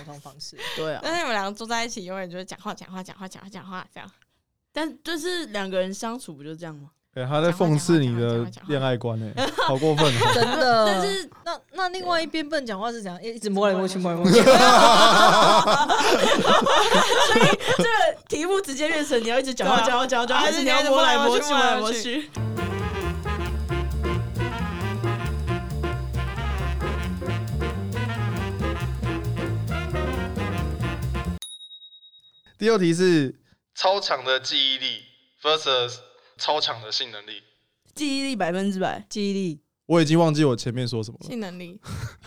通方式。 对啊， 但是你们两个坐在一起，永远就是讲话这样。 但就是两个人相处不就这样吗？ 他在讽刺你的恋爱观好过分哦！ 真的。 但是那另外一边不能讲话是怎样？一直摸来摸去，摸来摸去。 所以这个题目直接变成你要一直讲话，还是你要摸来摸去？ 第二题是超强的记忆力 versus 超强的性能力。 记忆力100%， 记忆力。 我已经忘记我前面说什么了。 性能力。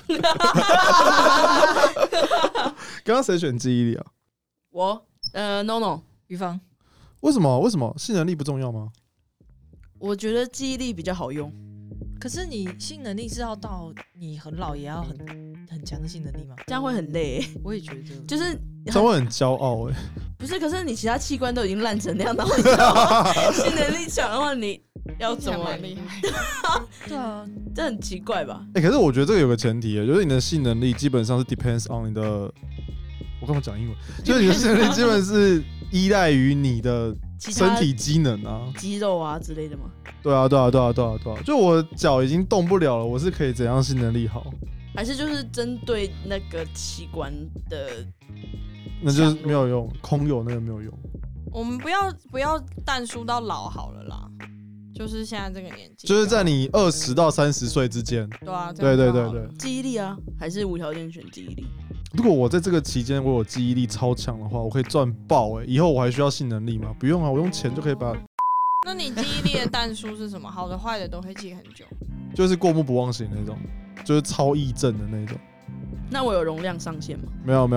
刚刚谁选记忆力啊？ 我，no， 于芳。 为什么性能力不重要吗？ 我觉得记忆力比较好用。 可是你性能力是要到你很老也要很强的性能力吗？ 这样会很累。 我也觉得， 就是这样会很骄傲不是，可是你其他器官都已经烂成那样，然后你性能力强的话，你要怎么厉害？ 对啊， 这很奇怪吧？ 可是我觉得这个有个前提，就是你的性能力基本上是 depends on 你的，我干嘛讲英文？就是你的性能力基本是依赖于你的身体机能啊， 肌肉啊之类的吗？ 对啊，就我脚已经动不了了，我是可以怎样性能力好？ 还是就是针对那个器官的？ 那就是没有用，空有那个没有用。 我们不要淡输到老好了啦，就是现在这个年纪， 就是在你20到30岁之间。 对啊， 对， 记忆力啊，还是无条件选记忆力。 如果我在这个期间我有记忆力超强的话，我可以赚爆以后我还需要性能力吗？不用啊，我用钱就可以把。 那你记忆力的淡输是什么？好的坏的都会记很久， 就是过目不忘型那种，就是超忆症的那种。 那我有容量上限吗？ 没有。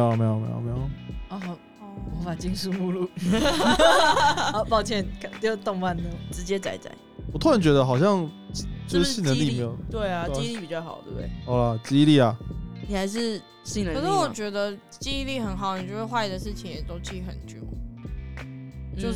魔法禁书目录。抱歉，就动漫的直接仔。 我突然觉得好像就是性能力没有。 对啊，记忆力比较好，对不对？ 好啦，记忆力啊。 你还是性能力吗？ 可是我觉得记忆力很好，你觉得坏的事情也都记很久。就是，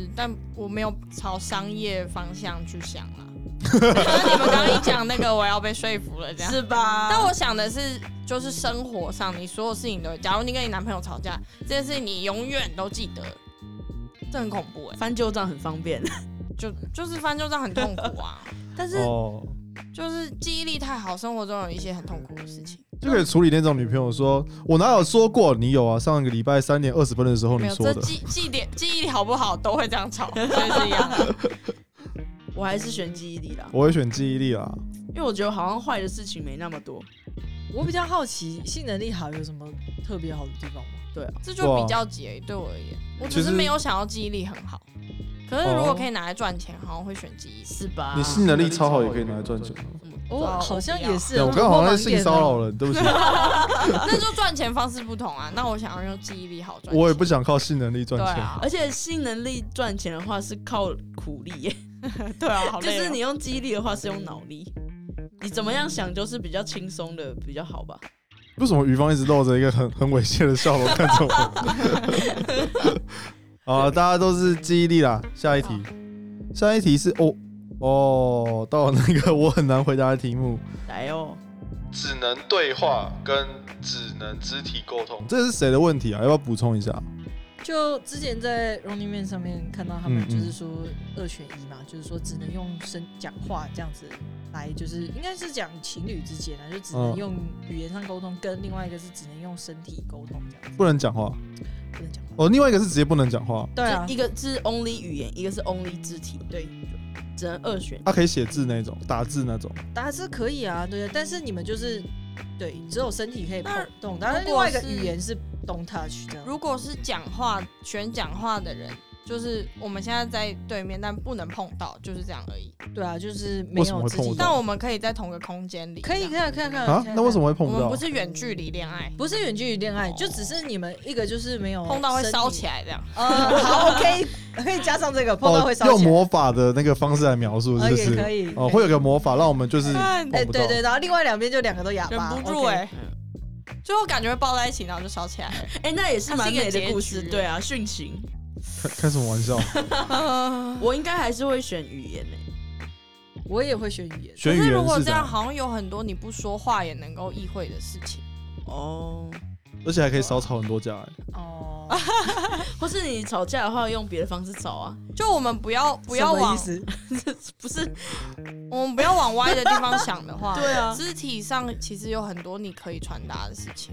但我没有朝商业方向去想啦。你们刚刚一讲那个，我要被说服了，这样是吧？ 但我想的是，就是生活上你所有事情都，假如你跟你男朋友吵架，这件事情你永远都记得，这很恐怖翻旧账很方便， 就是翻旧账很痛苦啊。但是就是记忆力太好，生活中有一些很痛苦的事情。 就可以处理那种女朋友说：“我哪有说过？你有啊？上个礼拜3点20分的时候你说的。” 没有，记忆力好不好都会这样吵，所以是一样的。 我还是选记忆力啦。 我会选记忆力啦， 因为我觉得好像坏的事情没那么多。 我比较好奇，性能力好有什么特别好的地方吗？ 对啊， 这就比较级而已。对我而言，我只是没有想要记忆力很好。可是如果可以拿来赚钱，好像会选记忆力， 是吧？ 你性能力超好也可以拿来赚钱。 好像也是。 我刚刚好像性骚扰人，对不起。 那就赚钱方式不同啊。那我想要用记忆力好赚钱。 我也不想靠性能力赚钱。 而且性能力赚钱的话是靠苦力耶。 对啊，好累。 就是你用记忆力的话是用脑力，你怎么样想就是比较轻松的比较好吧？ 为什么于芳一直露着一个很猥亵的笑容看着我？好，大家都是记忆力啦。下一题是到了那个我很难回答的题目。 来哦， 只能对话跟只能肢体沟通，这是谁的问题啊？要不要补充一下？ 就之前在 Running Man 上面看到他们就是说2选1嘛，就是说只能用讲话这样子来，就是应该是讲情侣之间啊，就只能用语言上沟通，跟另外一个是只能用身体沟通这样子。 不能讲话。 不能讲话。 另外一个是直接不能讲话。 对啊， 一个是 only 语言，一个是 only 肢体，对，只能2选。 他可以写字那种，打字那种。 打字可以啊，对，但是你们就是对，只有身体可以碰动，但是另外一个语言是don't touch 这样。 如果是选讲话的人，就是我们现在在对面，但不能碰到，就是这样而已。 对啊，就是没有肢体， 但我们可以在同个空间里。 可以啊。 那为什么会碰到？ 我们不是远距离恋爱， 不是远距离恋爱，就只是你们一个就是没有碰到会烧起来这样。 好 ，OK， 可以加上这个碰到会烧起来。 用魔法的那个方式来描述，是不是？ 可以。 会有个魔法让我们就是碰不到。 对，然后另外2边就2个都哑巴， 忍不住最后感觉会抱在一起，然后就烧起来了。 那也是蛮美的故事，对啊，殉情。 开什么玩笑？ 我应该还是会选语言我也会选语言。 选语言是如果这样，好像有很多你不说话也能够意会的事情。 而且还可以少吵很多架。 哦， 或是你吵架的话，用别的方式吵啊。 就我们不要什么往意思？ 不是， 我们不要往歪的地方想的话， 对啊肢体上其实有很多你可以传达的事情，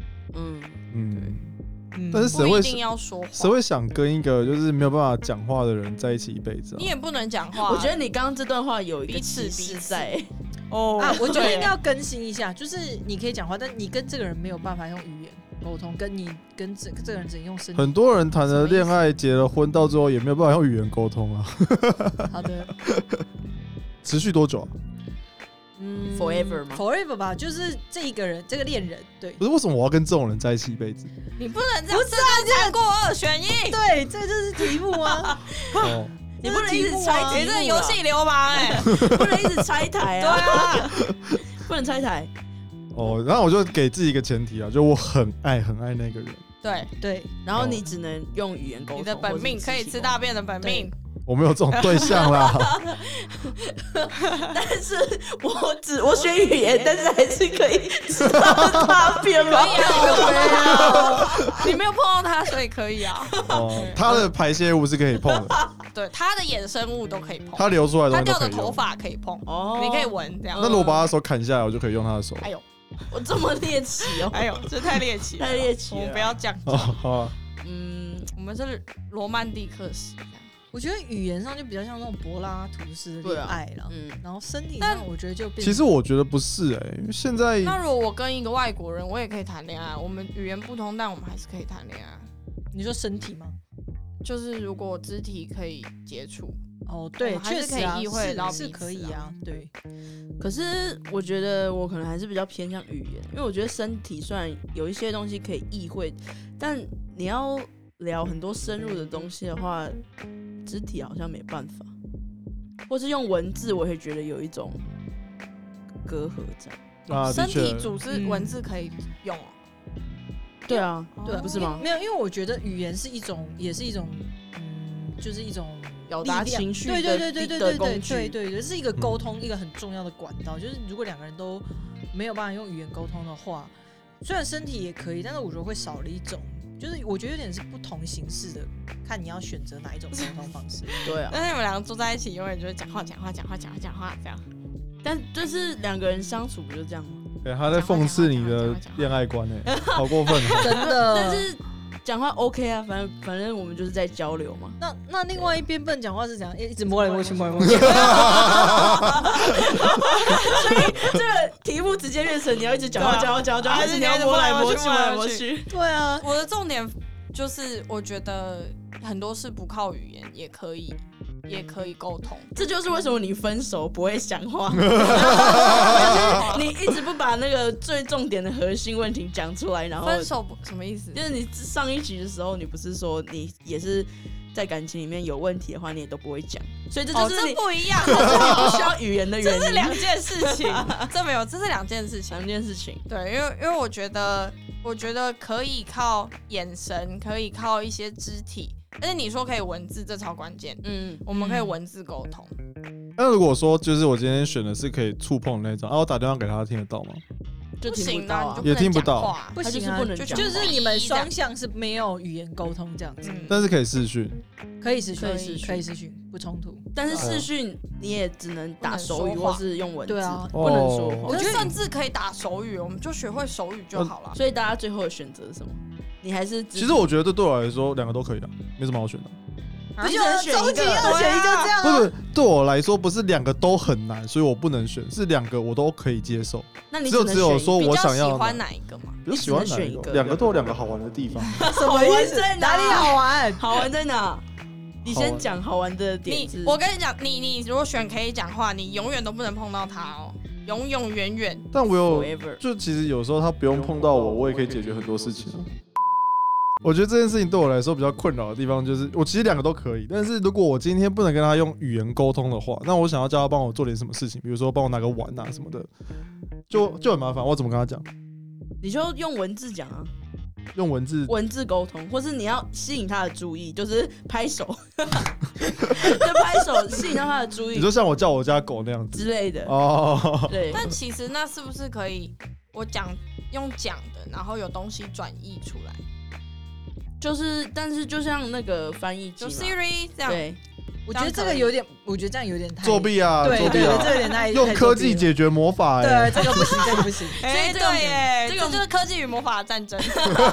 但是不一定要说谁会想跟一个就是没有办法讲话的人在一起一辈子啊？ 你也不能讲话。 我觉得你刚刚这段话有一个彼此歧视在。 我觉得应该要更新一下，就是你可以讲话，但你跟这个人没有办法用语言沟通，跟你跟这个人只能用身体。 很多人谈了恋爱、结了婚，到最后也没有办法用语言沟通啊。 好的， 持续多久啊？ Forever 吗 ？Forever 吧，就是这一个人，这个恋人，对。 不是为什么我要跟这种人在一起一辈子？ 你不能这样，这个三过2选1。 对，这就是题目啊。 哦， 你不能一直猜题目啦， 你这游戏流氓哎， 不能一直拆台啊！ 对啊， 不能拆台。 哦，然后我就给自己一个前提啊，就我很爱那个人， 对对， 然后你只能用语言沟通。 你的本命可以吃大便的本命。 我没有这种对象啦。 但是我学语言，但是还是可以吃到大便吗？ 你没有碰到他，所以可以啊。 哦，他的排泄物是可以碰的， 对，他的衍生物都可以碰， 他流出来的他东西都可以用。 掉的头发可以碰， 哦， 你可以闻这样。 那如果把他手砍下来，我就可以用他的手。 哎呦， 我这么猎奇哦， 哎呦，这太猎奇了， 太猎奇了我们不要这样。 哦，好啊。 我们是罗曼蒂克式。 我觉得语言上就比较像那种柏拉图式的恋爱了，然后身体上我觉得就变。 其实我觉得不是因为现在那如果我跟一个外国人，我也可以谈恋爱，我们语言不通，但我们还是可以谈恋爱。 你说身体吗？ 就是如果肢体可以接触， 哦，对，确实可以意会到彼此是可以啊，对。 可是我觉得我可能还是比较偏向语言，因为我觉得身体虽然有一些东西可以意会，但你要聊很多深入的东西的话，肢体好像没办法，或是用文字，我会觉得有一种隔阂在。 啊， 身体组织文字可以用哦。 对啊， 对， 不是吗？ 没有，因为我觉得语言是一种，也是一种，就是一种表达情绪对的工具， 对，是一个沟通一个很重要的管道。就是如果两个人都没有办法用语言沟通的话，虽然身体也可以，但是我觉得会少了一种。就是我觉得有点是不同形式的，看你要选择哪一种沟通方式。 对啊， 但是你们两个坐在一起，永远就是讲话这样。 但就是两个人相处不就这样吗？ 对，他在讽刺你的恋爱观好过分哦！ 真的。 但是讲话 OK 啊，反正我们就是在交流嘛。 那另外一边不能讲话是怎样？一直摸来摸去，摸来摸去。 所以这个题目直接变成你要一直讲话，还是你要摸来摸去？ 对啊， 我的重点就是我觉得很多事不靠语言也可以沟通。 这就是为什么你分手不会讲话，你一直不把那个最重点的核心问题讲出来，然后分手什么意思？ 就是你上一集的时候，你不是说你也是在感情里面有问题的话，你也都不会讲，所以这就是你这不一样， 这是你不需要语言的原因。 这是两件事情，这是两件事情。 两件事情。 对，因为我觉得可以靠眼神，可以靠一些肢体，但是你说可以文字，这超关键。我们可以文字沟通。 那如果说就是我今天选的是可以触碰的那种，我打电话给他听得到吗？ 就听不到啊， 也听不到， 不行啊，就是你们双向是没有语言沟通这样子， 但是可以视讯， 可以视讯，不冲突。 但是视讯你也只能打手语或是用文字， 不能说话。 我觉得甚至可以打手语，我们就学会手语就好了。 所以大家最后的选择是什么？你还是其实我觉得对我来说两个都可以的，没什么好选的。 不就能选一个， 2选1就这样。 不是对我来说，不是两个都很难，所以我不能选，是两个我都可以接受。 那你只有说我想要喜欢哪一个嘛？ 比较喜欢哪一个？两个都有两个好玩的地方。 什么意思？哪里好玩？ 好玩在哪？你先讲好玩的点子。 我跟你讲，你如果选可以讲话，你永远都不能碰到他哦，永远。 但我有，就其实有时候他不用碰到我，我也可以解决很多事情。我觉得这件事情对我来说比较困扰的地方就是，我其实两个都可以，但是如果我今天不能跟他用语言沟通的话，那我想要叫他帮我做点什么事情，比如说帮我拿个碗啊什么的，就很麻烦。我怎么跟他讲？ 你就用文字讲啊， 用文字沟通，或是你要吸引他的注意，就是拍手，就拍手吸引到他的注意。 你就像我叫我家狗那样子之类的哦。 对， 但其实那是不是可以？我讲用讲的，然后有东西转译出来， 但是就像那个翻译机就嘛 Siri 这样。 对，我觉得这个有点，我觉得这样有点太作弊啊， 对对， 作弊啊， 这有点太用科技解决魔法， 对，这个不行，这个不行。 哎，对耶，这个就是科技与魔法的战争。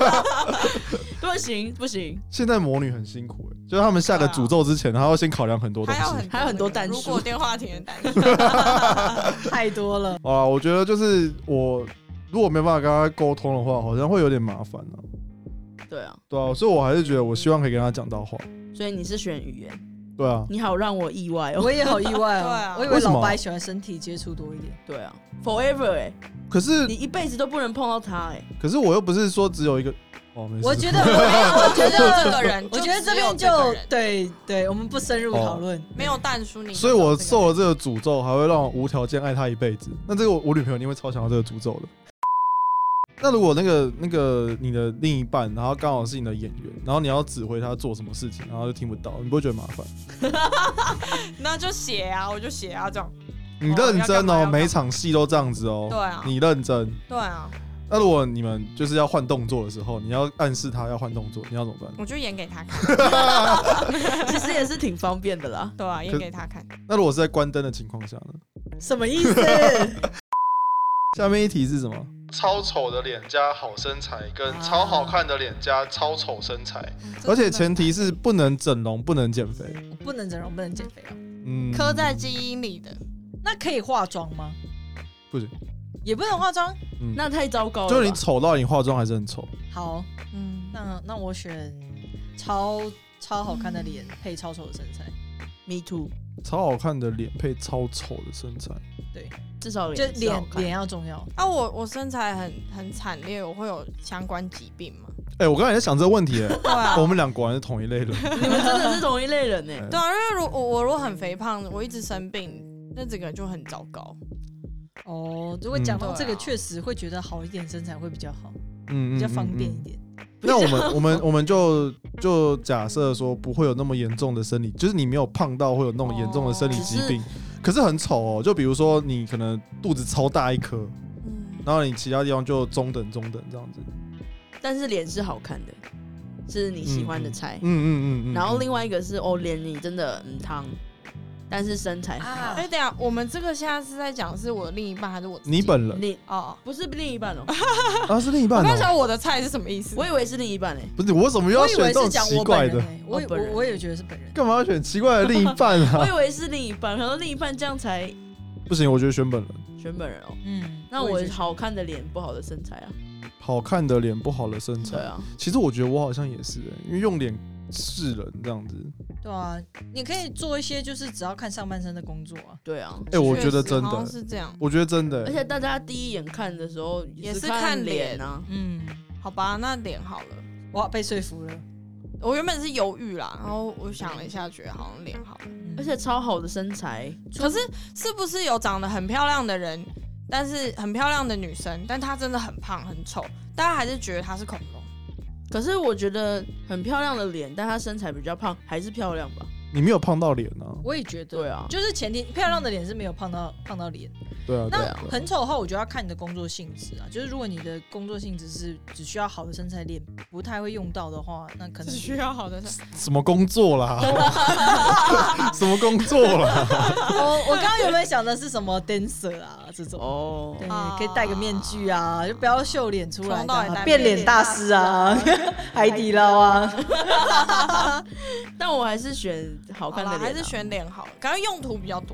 不行。 现在魔女很辛苦，就是他们下个诅咒之前，还要先考量很多东西， 还有很多弹数。 如果电话亭的弹数太多了。 啊，我觉得就是我如果没办法跟他沟通的话，好像会有点麻烦啊。 对啊， 所以我还是觉得我希望可以跟他讲到话。 所以你是选语言。 对啊， 你好让我意外哦。 我也好意外哦。 对啊， 我以为老白喜欢身体接触多一点。 对啊 ，forever 可是你一辈子都不能碰到他可是我又不是说只有一个。没事我觉得这个人， 我觉得这边就对，我们不深入讨论， 没有淡书你。 所以我受了这个诅咒，还会让我无条件爱他一辈子。那这个我女朋友一定会超想要这个诅咒的。那如果那个你的另一半，然后刚好是你的演员，然后你要指挥他做什么事情，然后就听不到，你不会觉得麻烦？ 那就写啊，我就写啊，这样。 你认真哦，每一场戏都这样子哦。 对啊， 你认真。 对啊。 那如果你们就是要换动作的时候，你要暗示他要换动作，你要怎么办？ 我就演给他看。 其实也是挺方便的啦。 对啊，演给他看。 那如果是在关灯的情况下呢？ 什么意思？ 下面一题是什么？超丑的脸加好身材，跟超好看的脸加超丑身材，而且前提是不能整容，不能减肥。 不能整容，不能减肥刻在基因里的。 那可以化妆吗？ 不行。 也不能化妆， 那太糟糕了。 就是你丑到你化妆还是很丑。 好，那我选超好看的脸配超丑的身材。 Me too。 超好看的脸配超丑的身材。 对， 至少就脸要重要。 啊，我身材很惨烈，我会有相关疾病吗？ 我刚才在想这个问题对啊， 我们俩果然是同一类人。 你们真的是同一类人呢。 对啊，因为我如果很肥胖，我一直生病，那这个就很糟糕。 如果讲到这个，确实会觉得好一点身材会比较好，比较方便一点。 那我们就假设说不会有那么严重的生理，就是你没有胖到会有那种严重的生理疾病，可是很丑哦。就比如说你可能肚子超大一颗，然后你其他地方就中等这样子，但是脸是好看的，是你喜欢的菜。然后另外一个是脸你真的汤。但是身材很好。 等一下，我们这个现在是在讲是我的另一半还是我自己？ 你本人？ 不是另一半哦。 是另一半。 我刚想我的菜是什么意思？ 我以为是另一半不是，我为什么又要选这种奇怪的？ 我也觉得是本人。 干嘛要选奇怪的另一半啊？ 我以为是另一半，可能另一半这样才不行。我觉得选本人。 选本人哦。那我好看的脸，不好的身材啊。 好看的脸，不好的身材。 对啊。 其实我觉得我好像也是因为用脸示人这样子。 对啊，你可以做一些就是只要看上半身的工作啊。 对啊， 我觉得真的是这样。 我觉得真的， 而且大家第一眼看的时候也是看脸啊。 好吧，那脸好了， 我被说服了。 我原本是犹豫啦，然后我想了一下，觉得好像脸好了， 而且超好的身材。 可是是不是有长得很漂亮的人，但是很漂亮的女生，但她真的很胖很丑，大家还是觉得她是恐龙？ 可是我觉得很漂亮的脸，但她身材比较胖，还是漂亮吧？ 你没有胖到脸啊？ 我也觉得， 对啊， 就是前提漂亮的脸是没有胖到脸。 对啊， 那很丑的话，我觉得要看你的工作性质啊。就是如果你的工作性质是只需要好的身材脸，不太会用到的话，那可能只需要好的什么工作啦？什么工作啦？ 我刚刚原本想的是什么 dancer 啊这种对，可以戴个面具啊，就不要秀脸出来的，变脸大师啊，海底捞啊。 但我还是选好看的脸， 还是选脸好，感觉用途比较多。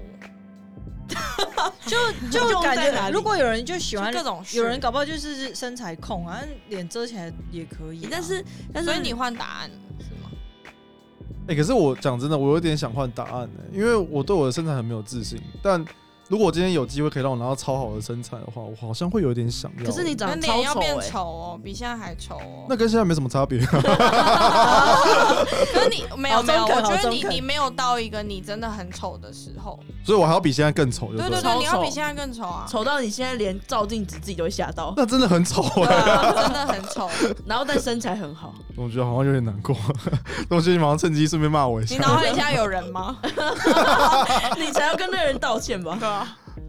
就感觉，如果有人就喜欢各种， 有人搞不好就是身材控啊，脸遮起来也可以。 但是所以你换答案是吗？ 可是我讲真的，我有点想换答案因为我对我的身材很没有自信。但如果今天有机会可以让我拿到超好的身材的话，我好像会有点想要。 可是你长得脸要变丑哦，比现在还丑哦。 那跟现在没什么差别。 可是你没有，我觉得你没有到一个你真的很丑的时候， 所以我还要比现在更丑。 对，你要比现在更丑啊， 丑到你现在连照镜子自己都会吓到。 那真的很丑真的很丑。 然后但身材很好， 我觉得好像有点难过。我觉得你马上趁机顺便骂我一下。 你脑海里现在有人吗？ 你才要跟那个人道歉吧？ 对啊。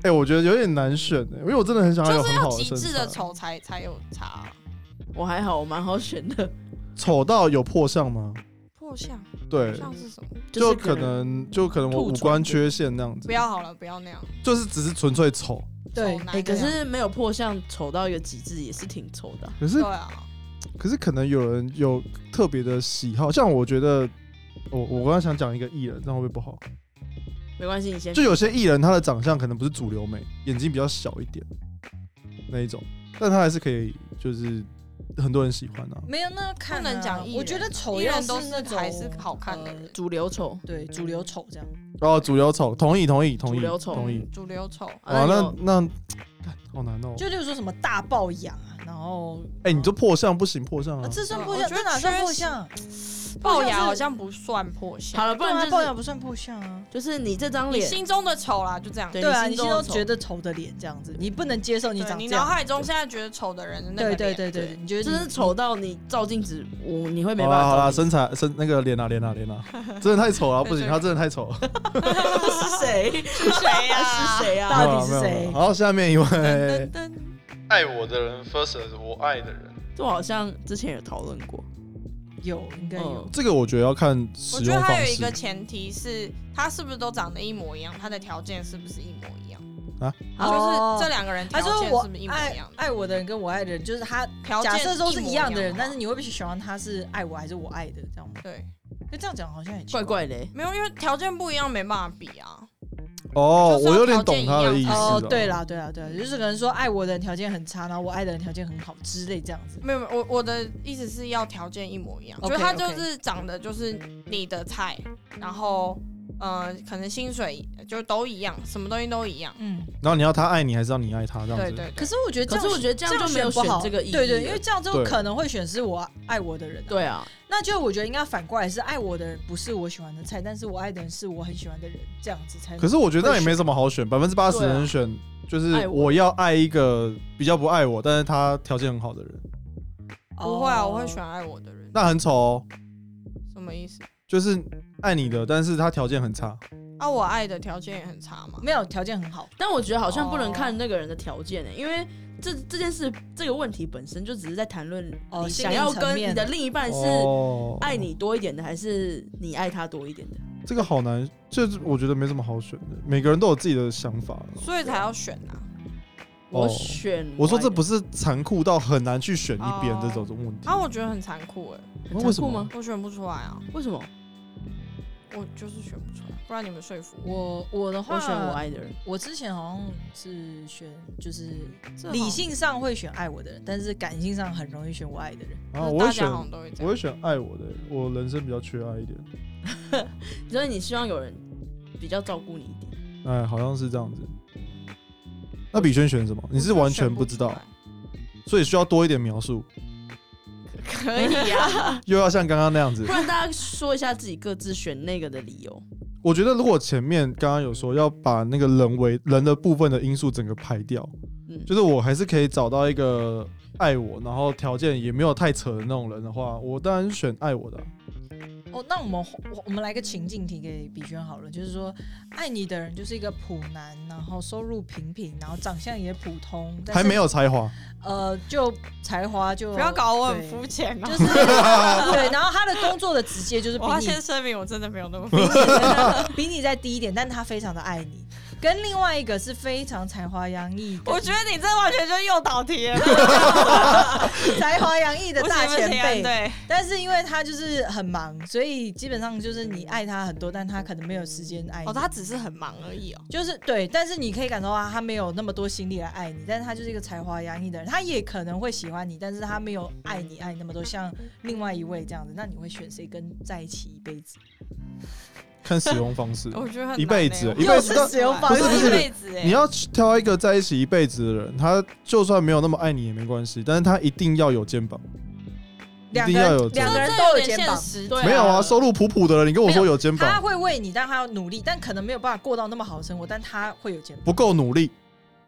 我觉得有点难选因为我真的很想要有就是很好的要极致的身材。 丑才有差。 我还好，我蛮好选的， 丑到有破相吗？ 破相， 对， 像是什么？ 就可能我五官缺陷那样子不，要好了，不要那样。 就是只是纯粹丑。 对丑， 可是没有破相，丑到一个极致也是挺丑的。 可是对啊， 可能有人有特别的喜好，像我觉得，我刚刚想讲一个艺人，这样会不会不好？ 没关系，你先。 就有些艺人他的长相可能不是主流美，眼睛比较小一点那一种，但他还是可以，就是很多人喜欢啊。 没有那看、啊， 不能讲艺人我觉得丑艺要人都是是那种还是好看的人主流丑， 对，主流丑这样。 主流丑，同意， 主流丑同意。 主流丑。 那好难哦。 就例如说什么大爆痒啊，然后你这破相不行，破相啊。 这算破相？ 我觉得这哪算破相？ 龅牙好像不算破相。 好了，不然爆就是痒不算破相啊。 就是你这张你脸， 心中的丑啦，就这样。 对对啊，你心中你心中的丑觉得丑的脸这样子，你不能接受你对长这样。 你脑海中现在觉得丑的人的那个对脸。 对，你觉得真是丑到你照镜子，你会没好啦， 办法照镜子。 那个脸啊，真的太丑了，不行，他真的太丑了。 是谁？ 是谁呀？ 是谁啊？ 到底是谁好，下面一位， 噔噔爱我的人 versus 我爱的人， 这我好像之前有讨论过。 应该有。 这个我觉得要看使我觉得用方式还有一个前提是，他是不是都长得一模一样，他的条件是不是一模一样？ 啊？ 就是这两个人条他说我件是不是一模一样的？ 爱我的人跟我爱的人，就是他条件假设都是一样的人， 一模一样但是你会不会喜欢他是爱我还是我爱的这样吗？ 对， 就这样讲好像很奇怪怪的， 没有，因为条件不一样，没办法比啊。 我有点懂他的意思。 对啦，就是可能说爱我的人条件很差，然后我爱的人条件很好之类这样子。 没有，我的意思是要条件一模一样， OK， 就他就是长得就是你的菜，然后可能薪水就都一样，什么东西都一样。 然后你要他爱你，还是要你爱他这样子？ 对。 可是我觉得这样就没有选不好， 这个意义。 对，因为这样就可能会选是我爱我的人。 对啊， 那就我觉得应该反过来是爱我的人不是我喜欢的菜，但是我爱的人是我很喜欢的人，这样子才。 可是我觉得那也没什么好选，80%人选就是我要爱一个比较不爱我，但是他条件很好的人。 不会啊，我会选爱我的人。 那很丑哦。 什么意思？ 就是爱你的，但是他条件很差。 我爱的条件也很差吗？ 没有，条件很好。 但我觉得好像不能看那个人的条件因为这件事这个问题本身就只是在谈论你想要跟你的另一半是爱你多一点的，还是你爱他多一点的。 这个好难，就是我觉得没什么好选的，每个人都有自己的想法， 所以才要选啊。 我选， 我说这不是残酷到很难去选一边这种问题我觉得很残酷很残酷吗？ 我选不出来啊。 为什么？ 我就是选不出来，不然你们说服我的话， 我选我爱的人。 我之前好像是选，就是理性上会选爱我的人，但是感性上很容易选我爱的人。 大我会选， 家好像都会这样。 我会选爱我的人，我人生比较缺爱一点。 所以你希望有人比较照顾你一点？ 好像是这样子。那比轩选什么？你是完全不知道，所以需要多一点描述。 可以啊， 又要像刚刚那样子。 不然大家说一下自己各自选那个的理由。 我觉得如果前面刚刚有说要把那个人的部分的因素整个排掉，就是我还是可以找到一个爱我，然后条件也没有太扯的那种人的话，我当然选爱我的。 那我们来个情境题给比轩好了，就是说爱你的人就是一个普男，然后收入平平，然后长相也普通， 还没有才华。 就才华就不要搞我很肤浅哦。 就是对，然后他的工作的直接就是比你， 我要先声明，我真的没有那么比你再低一点，但他非常的爱你。跟另外一个是非常才华洋溢， 我觉得你这完全就诱导题了。 才华洋溢的大前辈， 对， 但是因为他就是很忙，所以基本上就是你爱他很多，但他可能没有时间爱你。 他只是很忙而已哦。 就是对，但是你可以感受到他没有那么多心力来爱你，但是他就是一个才华洋溢的人，他也可能会喜欢你，但是他没有爱你那么多，像另外一位这样子。那你会选谁跟在一起一辈子？ 看使用方式， 我觉得很一辈子， 又是使用方式， 不是一辈子。 你要挑一个在一起一辈子的人，他就算没有那么爱你也没关系，但是他一定要有肩膀，一定要有两个人都有肩膀。 没有啊，收入普普的人，你跟我说有肩膀， 他会为你，但他要努力，但可能没有办法过到那么好的生活，但他会有肩膀。 不够努力，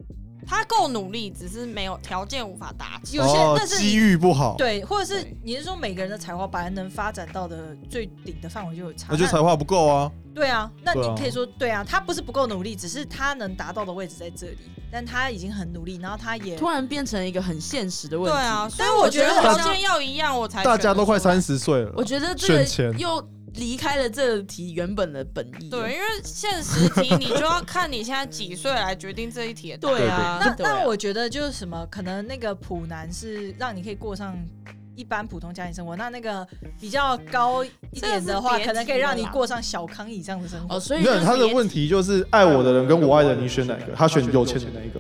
他够努力，只是没有条件无法达成。 有些但是机遇不好， 对，或者是你是说每个人的才华本来能发展到的最顶的范围就有差， 那就才华不够啊。 对啊，那你对啊可以说对啊，他不是不够努力，只是他能达到的位置在这里，但他已经很努力，然后他也突然变成一个很现实的问题。 对啊，所以但我觉得条件要一样，我才大家都快选得出来。 30岁了， 我觉得这选钱个又离开了这个题原本的本意。 对，因为现实题你就要看你现在几岁来决定这一题的答案。 对啊， 那对啊那我觉得就是什么，可能那个普男是让你可以过上一般普通家庭生活，那个比较高一点的话， 这个是别可能可以让你提了啦过上小康以上的生活。 哦，所以没有就是他的问题就是爱我的人跟我爱的人，你选哪个？他选有钱的那一个，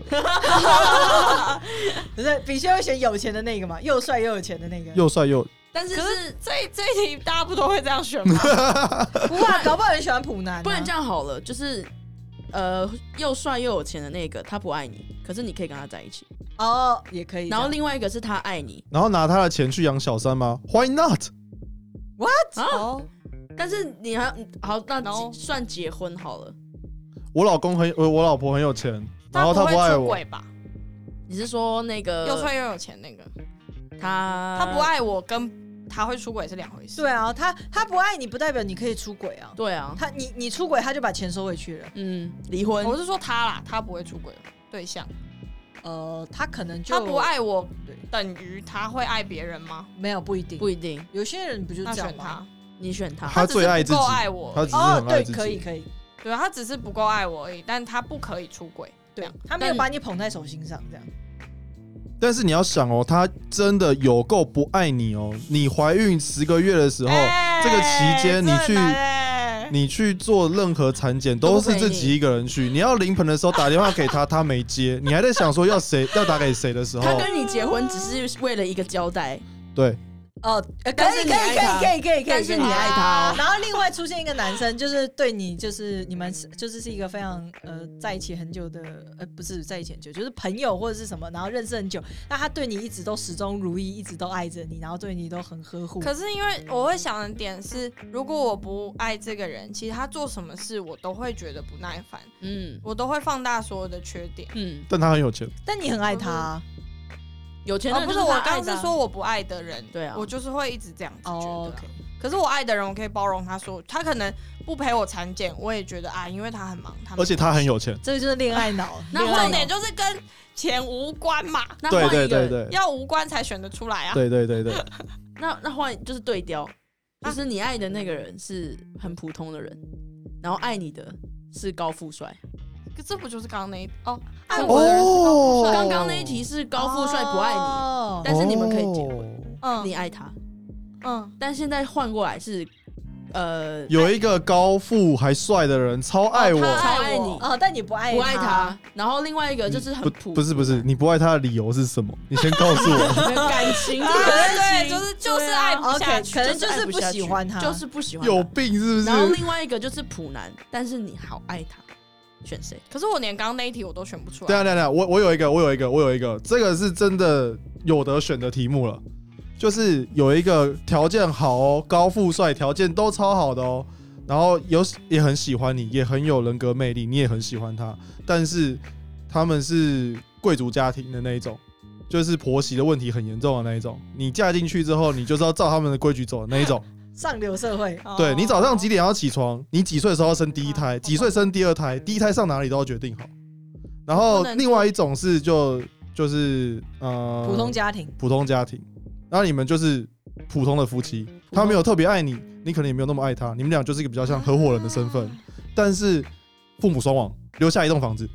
不是必须要选有钱的那个嘛，又帅又有钱的那个。 又帅又但是可是这一题大家不都会这样选吗？ 不会啊，搞不好有人喜欢普男啊。 不然这样好了，就是又帅又有钱的那个，他不爱你，可是你可以跟他在一起。 哦，也可以这样。 然后另外一个是他爱你然后拿他的钱去养小三吗 ？Why not？ 啊， 哦， 但是你还好，那然后算结婚好了。 我老婆很有钱，然后他不会他不爱我， 出轨吧？ 你是说那个又帅又有钱那个， 他他不爱我跟他会出轨是两回事。 对啊，他不爱你，不代表你可以出轨啊。 对啊， 你出轨，他就把钱收回去了。 离婚我是说他啦，他不会出轨对象， 他可能就他不爱我对， 等于他会爱别人吗？ 没有不一定， 不一定， 有些人不就那这样吗？ 选他， 你选他。 他最爱自己他只是不够爱我他只是哦，对， 很爱自己。 可以可以， 对啊，他只是不够爱我而已，但他不可以出轨。这对样他没有把你捧在手心上，这样。 但是你要想哦，他真的有够不爱你哦。你怀孕10个月的时候，这个期间你去做任何产检都是自己一个人去。你要临盆的时候打电话给他，他没接，你还在想说要打给谁的时候， 他跟你结婚只是为了一个交代， 对， 哦，可但是以可以你爱他可以可以可以， 但是你爱他哦然后另外出现一个男生，就是对你，就是你们是一个非常在一起很久的，不是在一起很久，就是朋友或者是什么，然后认识很久，那他对你一直都始终如一，一直都爱着你，然后对你都很呵护。 可是因为我会想的点是，如果我不爱这个人，其实他做什么事我都会觉得不耐烦，我都会放大所有的缺点。 但他很有钱， 但你很爱他啊， 有钱哦，不是，我的就是他爱的啊刚是说我不爱的人， 对啊我就是会一直这样子觉得啊、 哦，OK 可是我爱的人，我可以包容他说，他可能不陪我产检，我也觉得啊，因为他很忙， 而且他很有钱。 这个就是恋爱脑。 那恋爱脑重点就是跟钱无关嘛， 对那换一个， 对对对， 要无关才选得出来啊。 对对对对， 那换就是对调，就是你爱的那个人是很普通的人，然后爱你的是高富帅。 可这不就是刚刚那一哦，爱我的人是高富帅， 刚刚那一题是高富帅不爱你， 哦但是你们可以结婚，你嗯爱他， 嗯， 但现在换过来是有一个高富还帅的人超爱我， 他超爱你， 哦，但你不爱不爱他，然后另外一个就是很普， 不是，你不爱他的理由是什么？你先告诉我。 没有感情， 啊对，就是爱不下 OK， 去， 可能就是不爱下去喜欢他， 就是不喜欢他有病是不然后是？ 另外一个就是普男，但是你好爱他，选谁？ 可是我连刚刚那一题我都选不出来。 对啊，我有一个，这个是真的有得选的题目了，就是有一个条件好哦，高富帅，条件都超好的哦，然后也很喜欢你，也很有人格魅力，你也很喜欢他，但是他们是贵族家庭的那一种，就是婆媳的问题很严重的那一种，你嫁进去之后，你就是要照他们的规矩走的那一种。 上流社会。 哦对，你早上几点要起床？你几岁的时候要生第一胎？几岁生第二胎？第一胎上哪里都要决定好。然后另外一种是就是普通家庭， 然后你们就是普通的夫妻，他没有特别爱你，你可能也没有那么爱他，你们俩就是一个比较像合伙人的身份，但是父母双亡，留下一栋房子，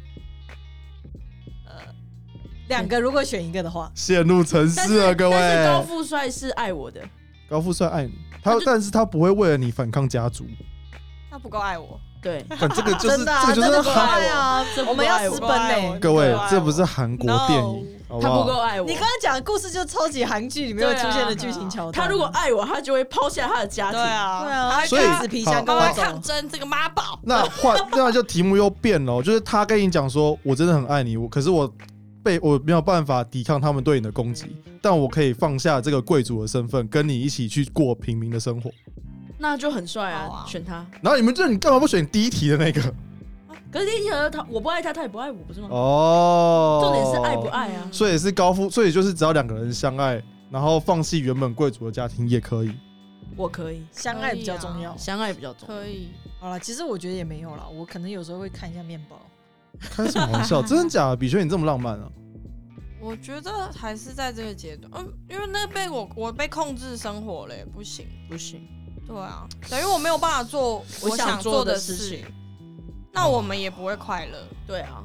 两个如果选一个的话， 陷入沉思了，各但是高位。 富帅是爱我的， 高富帅爱你，但是他不会为了你反抗家族， 他不够爱我， 对， 但这个就是真的啊， 这个就是真的不爱啊这，不我们要爱我私奔呢。 各位不爱，我这不是韩国电影，好他不好？ 够爱我你。刚刚讲的故事就超级韩剧里面会出现的剧情桥段。 他如果爱我，他就会抛下他的家庭。 对啊， 对啊， 他所以他死皮箱跟我走。 他会抗争这个妈宝。 那就题目又变了，就是他跟你讲说，我真的很爱你，可是我没有办法抵抗他们对你的攻击，但我可以放下这个贵族的身份，跟你一起去过平民的生活。 那就很帅啊， 好啊选他。 然后你干嘛不选第一题的那个？ 可是听起来我不爱他，他也不爱我，不是吗？ 重点是爱不爱啊。 所以是高富，所以就是只要2个人相爱，然后放弃原本贵族的家庭也可以。 我可以， 相爱比较重要， 相爱比较重要。 可以。 好了，其实我觉得也没有啦，我可能有时候会看一下面包。 开什么玩笑？真的假的？比轩你这么浪漫啊？ 我觉得还是在这个阶段，因为那我被控制生活了，不行。对啊，等于我没有办法做我想做的事情，那我们也不会快乐。 对啊，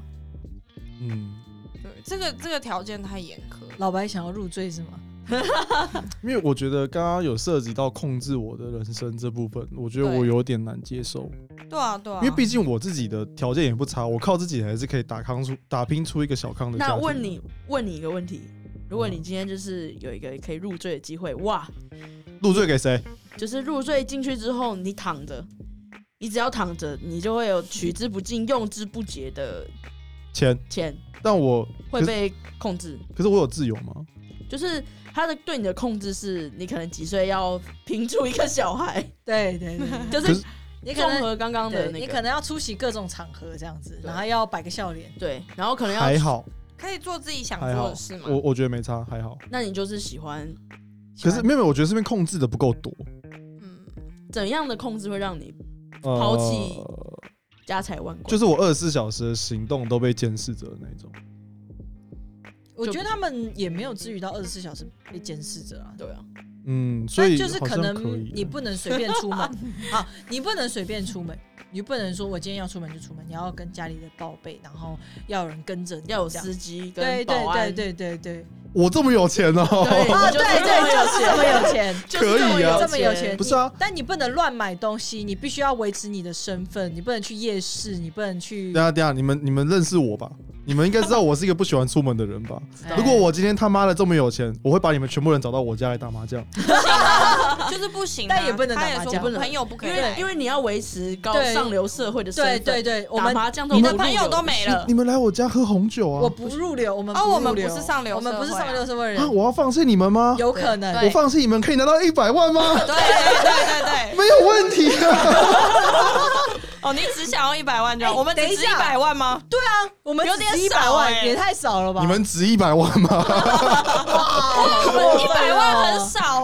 对，这个条件太严苛。 老白想要入赘是吗？ 因为我觉得刚刚有涉及到控制我的人生这部分，我觉得我有点难接受。 对啊， 因为毕竟我自己的条件也不差，我靠自己还是可以打拼出一个小康的家庭。 那问你一个问题，如果你今天就是有一个可以入赘的机会，哇， 入赘给谁？ 就是入赘进去之后，你躺着，你只要躺着，你就会有取之不尽、用之不竭的钱， 但我会被控制。 可是我有自由吗？ 就是他对你的控制是，你可能几岁要拼出一个小孩， 对， 就是你可能综合刚刚的那个， 你可能要出席各种场合这样子，然后要摆个笑脸， 对，然后可能要还好， 可以做自己想做的事嘛。 我觉得没差，还好。 那你就是喜欢， 可是没有，我觉得这边控制的不够多。 怎样的控制会让你抛弃家财万贯？ 就是我24小时的行动都被监视着的那种。 我觉得他们也没有至于到24小时被监视着啊。 对啊， 所以就是可能以你不能随便出门，好，你不能随便出门，你不能说我今天要出门就出门，你要跟家里的报备，然后要有人跟着你， 要有司机跟保安。 对。 我这么有钱哦！ 就是这么有钱， 可以啊， 这么有钱， 不是啊？ 但你不能乱买东西，你必须要维持你的身份，你不能去夜市，你不能去。 等一下，你们认识我吧？你们应该知道我是一个不喜欢出门的人吧？如果我今天他妈的这么有钱，我会把你们全部人找到我家来打麻将。 就是不行， 但也不能打麻将， 朋友不可以， 因为你要维持上流社会的身份。 对，我们打麻将， 你的朋友都没了， 你们来我家喝红酒啊！ 我不入流，我们不是上流， 我们不是上流社会人啊！我要放弃你们吗？ 有可能， 我放弃你们可以拿到100万吗？ 对， 没有问题啊！ 哦，你只想要100万就好？我们只值100万吗？ 对啊，我们有点 100万，也太少了吧？ 你们值100万吗？ 哇，100万很少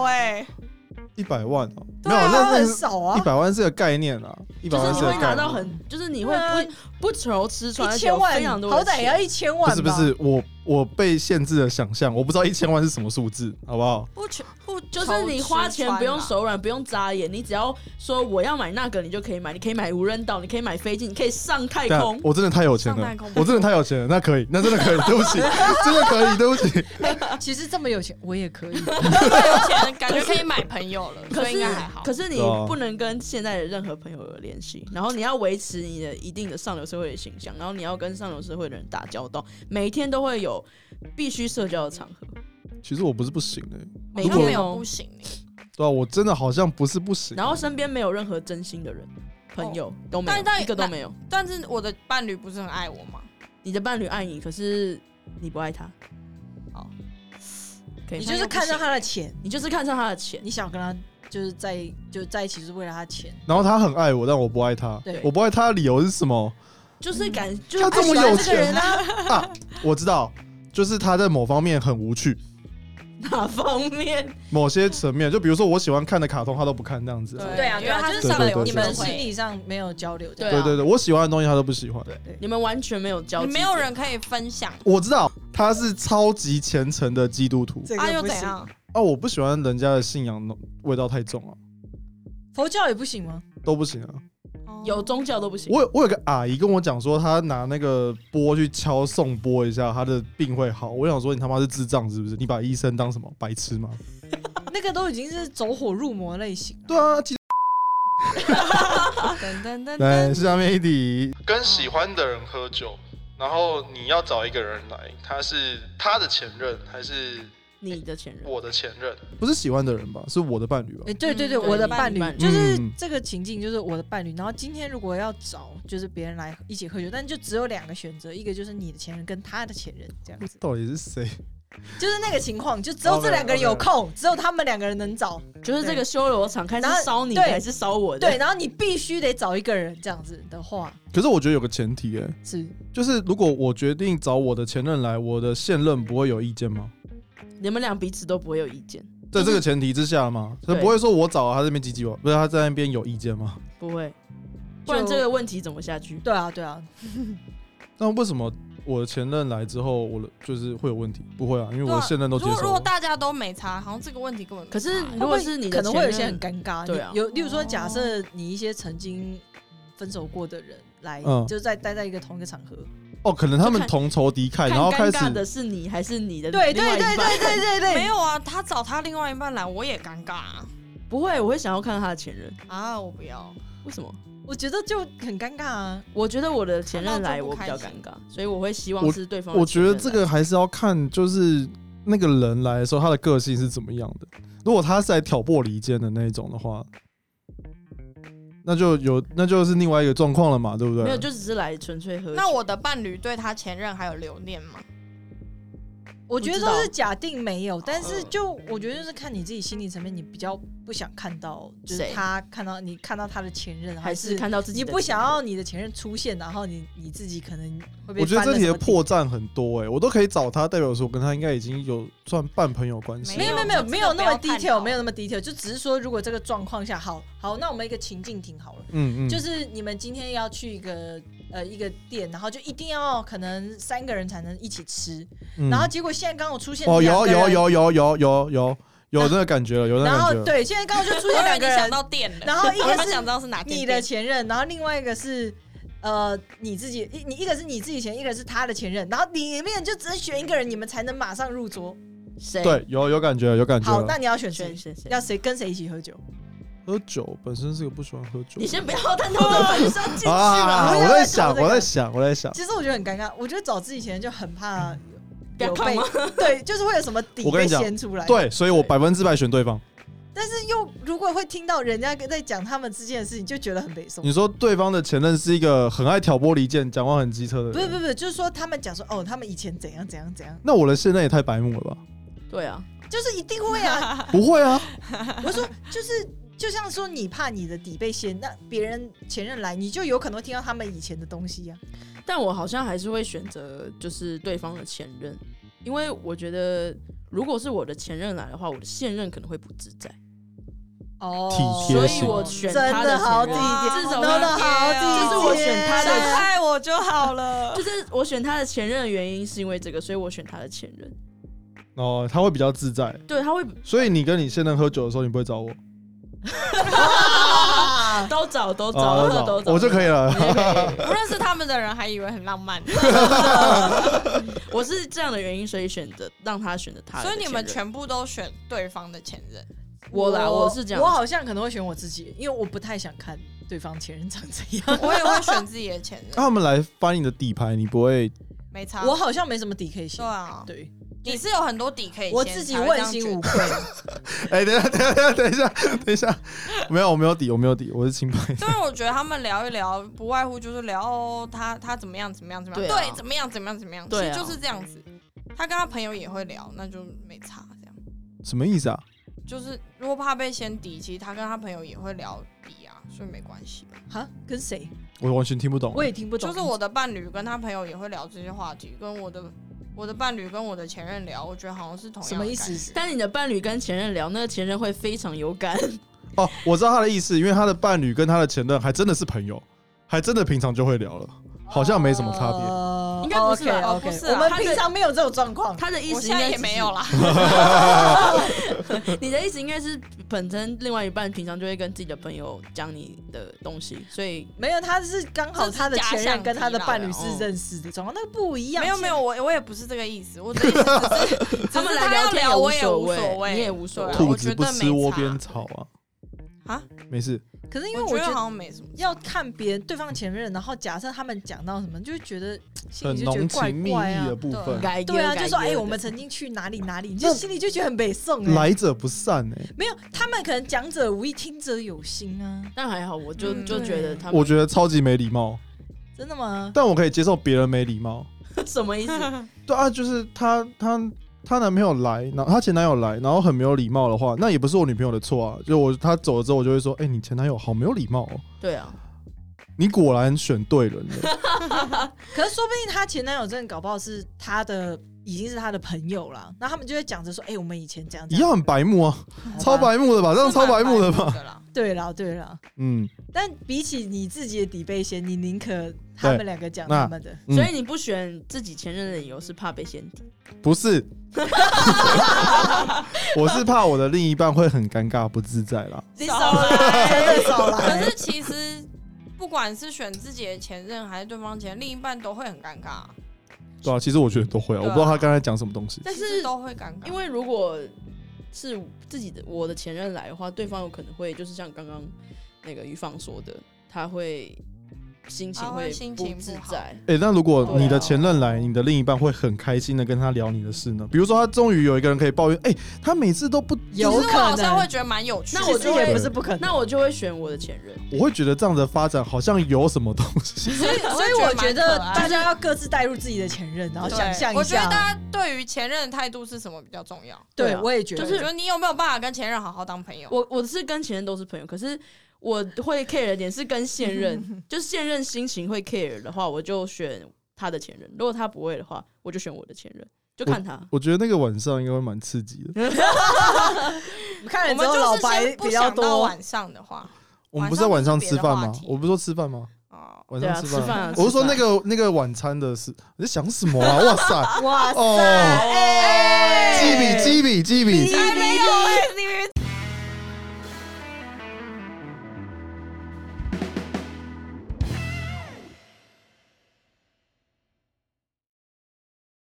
100万哦， 没有，那很少啊。 100万是个概念啊，100万是个概念。 就是你会拿到就是你会不愁吃穿 ，1000万， 非常多， 好歹也要1000万吧？ 不是，我被限制了想象，我不知道1000万是什么数字，好不好？ 就是你花钱不用手软，不用眨眼，你只要说我要买那个，你就可以买。你可以买无人岛，你可以买飞机，你可以上太空。 我真的太有钱了，我真的太有钱了，那可以，那真的可以，对不起，真的可以，对不起。 其实这么有钱，我也可以。 这么有钱，感觉可以买朋友了，所以应该还好。 可是你不能跟现在的任何朋友有联系，然后你要维持你的一定的上流社会的形象，然后你要跟上流社会的人打交道，每一天都会有必须社交的场合。 其实我不是不行的， 每天没有不行。 对啊，我真的好像不是不行。 然后身边没有任何真心的人，朋友都没有，一个都没有。 但是我的伴侣不是很爱我吗？ 你的伴侣爱你，可是你不爱他。好， 你就是看上他的钱， 你就是看上他的钱， 你想跟他就是在一起，就是为了他的钱。 然后他很爱我，但我不爱他。我不爱他的理由是什么？ 就是他这么有钱啊！ 我知道，就是他在某方面很无趣。 哪方面？ 某些层面，就比如说我喜欢看的卡通，他都不看这样子。 对啊，因为他就是上流，你们心理上没有交流。 对，我喜欢的东西他都不喜欢。 对，你们完全没有交集， 没有人可以分享。 我知道他是超级虔诚的基督徒， 又怎样？ 我不喜欢人家的信仰味道太重啊。 佛教也不行吗？ 都不行啊。 有宗教都不行。 我有个阿姨跟我讲说，她拿那个钵去敲颂钵一下，她的病会好。我想说，你他妈是智障是不是？你把医生当什么白痴吗？ 那个都已经是走火入魔类型。 对啊，来，下面一题，跟喜欢的人喝酒，然后你要找一个人来，他是他的前任还是？ 你的前任， 我的前任，不是喜欢的人吧？是我的伴侣吧？ 对，我的伴侣，就是这个情境，就是我的伴侣。然后今天如果要找，就是别人来一起喝酒，但就只有2个选择，一个就是你的前任跟他的前任这样子。 到底是谁？ 就是那个情况，就只有这2个人有空，只有他们2个人能找， 就是这个修罗场看是烧你的还是烧我的？ 对，然后你必须得找一个人这样子的话， 可是我觉得有个前提是就是如果我决定找我的前任来，我的现任不会有意见吗？ 你们俩彼此都不会有意见， 在这个前提之下嘛，他不会说我找他这边唧唧我，不是他在那边有意见吗？ 不会，不然这个问题怎么下去？ 对啊，对啊。 那为什么我的前任来之后，我的就是会有问题？不会啊，因为我的现任都接受。 如果大家都没差，好像这个问题根本没差。 可是如果是你的前任， 可能会有一些很尴尬。 对啊， 例如说，假设你一些曾经分手过的人来，就待在一个同一个场合。 哦，可能他们同仇敌忾，然后开始。 尴尬的是你还是你的另外一半？ 对， 没有啊，他找他另外一半来，我也尴尬啊。 不会，我会想要看他的前任啊，我不要。 为什么？ 我觉得就很尴尬啊。 我觉得我的前任来，我比较尴尬，所以我会希望是对方的前任来。 我觉得这个还是要看，就是那个人来的时候，他的个性是怎么样的。如果他是来挑拨离间的那一种的话，那就是另外一个状况了嘛，对不对？ 没有，就只是来纯粹喝酒。 那我的伴侣对他前任还有留念吗？ 我觉得都是假定没有，但是我觉得就是看你自己心理层面，你比较不想看到，就是他看到他的前任， 还是看到自己的前任， 你不想要你的前任出现，然后你自己可能会被。 我觉得这题的破绽很多我都可以找他，代表说我跟他应该已经有算半朋友关系。 没有那么 detail， 没有那么 detail， 就只是说如果这个状况下，好，那我们一个情境挺好了，就是你们今天要去一个店，然后就一定要可能3个人才能一起吃，然后结果现在刚好出现2个人有那个感觉了，有那个感觉了。 然后对，现在刚好就出现2个人， 想到店了， 然后一个想知道是哪你的前任，然后另外一个是你自己，一个是你自己前任，一个是他的前任，然后里面就只能选一个人，你们才能马上入桌。 谁？ 对，有感觉，有感觉。 好，那你要选谁？要跟谁一起喝酒？ 喝酒本身是个不喜欢喝酒。 你先不要探讨的本身进去了。 我在想。 其实我觉得很尴尬，我觉得找自己前任就很怕有被对，就是会有什么底被掀出来。 对，所以我100%选对方。 但是又如果会听到人家在讲他们之间的事情，就觉得很北宋。 你说对方的前任是一个很爱挑拨离间、讲话很机车的人？ 不是，就是说他们讲说他们以前怎样。 那我的现任也太白目了吧？ 对啊， 就是一定会啊。 不会啊。 我说就像说你怕你的底被掀，那别人前任来，你就有可能会听到他们以前的东西啊。 但我好像还是会选择就是对方的前任，因为我觉得如果是我的前任来的话，我的现任可能会不自在。 体贴型， 所以我选他的前任。 真的好体贴，真的好体贴， 就是我选他的， 伤害我就好了。 就是我选他的前任的原因是因为这个，所以我选他的前任。 哦，他会比较自在。 对，他会。 所以你跟你现任喝酒的时候，你不会找我？ 都找， 我就可以了。 不认识他们的人还以为很浪漫。 我是这样的原因，所以让他选择他的前任。 所以你们全部都选对方的前任？ 我是这样， 我好像可能会选我自己，因为我不太想看对方前任长怎样。 我也会选自己的前任。 他们来翻你的底牌，你不会？ 没差。 我好像没什么底可以写。 对啊， 对。 你是有很多底可以， 我自己问心无愧。 等一下，没有，我没有底，我是清白的。 因为我觉得他们聊一聊，不外乎就是聊他怎么样，对，怎么样，其实就是这样子。他跟他朋友也会聊，那就没差这样。 什么意思啊？ 就是如果怕被掀底，其实他跟他朋友也会聊底啊，所以没关系吧？ 哈，跟谁？ 我完全听不懂。 我也听不懂。 就是我的伴侣跟他朋友也会聊这些话题，跟我的伴侣跟我的前任聊，我觉得好像是同样的。什么意思？ 但你的伴侣跟前任聊，那个前任会非常有感。 哦，我知道他的意思，因为他的伴侣跟他的前任还真的是朋友，还真的平常就会聊了，好像没什么差别。 应该不是吧？ 不是，我们平常没有这种状况。 他的意思应该也没有啦。 你的意思应该是本身另外一半平常就会跟自己的朋友讲你的东西，所以没有，他是刚好他的前任跟他的伴侣是认识的状况，那个不一样。 没有，我也不是这个意思，我的意思只是他们来聊天我也无所谓， 你也无所谓。 兔子不吃窝边草啊！没事。 可是因为我觉得好像没什么， 要看别人对方前任，然后假设他们讲到什么，就会觉得心里很就觉得怪浓情蜜怪啊意的部分。 对啊，就说我们曾经去哪里，你就心里就觉得很北宋。 来者不善没有，他们可能讲者无意，听者有心啊。 但还好，我就觉得他们， 我觉得超级没礼貌。 真的吗？ 但我可以接受别人没礼貌。 什么意思？ 对啊，就是他她男朋友来，然后她前男友来，然后很没有礼貌的话，那也不是我女朋友的错啊。就她走了之后，我就会说，你前男友好没有礼貌哦。 对啊， 你果然选对人了。 可是说不定她前男友真的搞不好是她的，已经是她的朋友了，那他们就会讲着说，我们以前这样一样很白目啊，超白目的吧？这样超白目的吧？ 对啦，但比起你自己的底背先，你宁可他们两个讲他们的， 所以你不选自己前任的理由是怕被先底？ 不是，我是怕我的另一半会很尴尬不自在啦。 你少来，真的少来。 可是其实不管是选自己的前任还是对方前任，另一半都会很尴尬。 对啊，其实我觉得都会啊，我不知道他刚才讲什么东西。 但是都会尴尬， 因为如果是我的前任来的话，对方有可能会就是像刚刚那个于芳说的，他会心情会不自在。 那如果你的前任来，你的另一半会很开心的跟他聊你的事呢？比如说他终于有一个人可以抱怨，他每次都不有可能， 好像会觉得蛮有趣的。 那我就也不是不可能， 那我就会选我的前任。 我会觉得这样的发展好像有什么东西。 所以我觉得大家要各自带入自己的前任，然后想象一下。 我觉得大家对于前任的态度是什么比较重要？ 对，我也觉得， 就是觉得你有没有办法跟前任好好当朋友？ 我是跟前任都是朋友，可是我会 care 的点是跟现任，就是现任心情会 care 的话，我就选他的前任；如果他不会的话，我就选我的前任，就看他。 我觉得那个晚上应该会蛮刺激的。 看了之后老白比较多。 晚上的话， 我们不是在晚上吃饭吗？我不是说吃饭吗？晚上吃饭，我是说那个晚餐的事，你在想什么啊？哇塞， 哇塞， 鸡比， 第一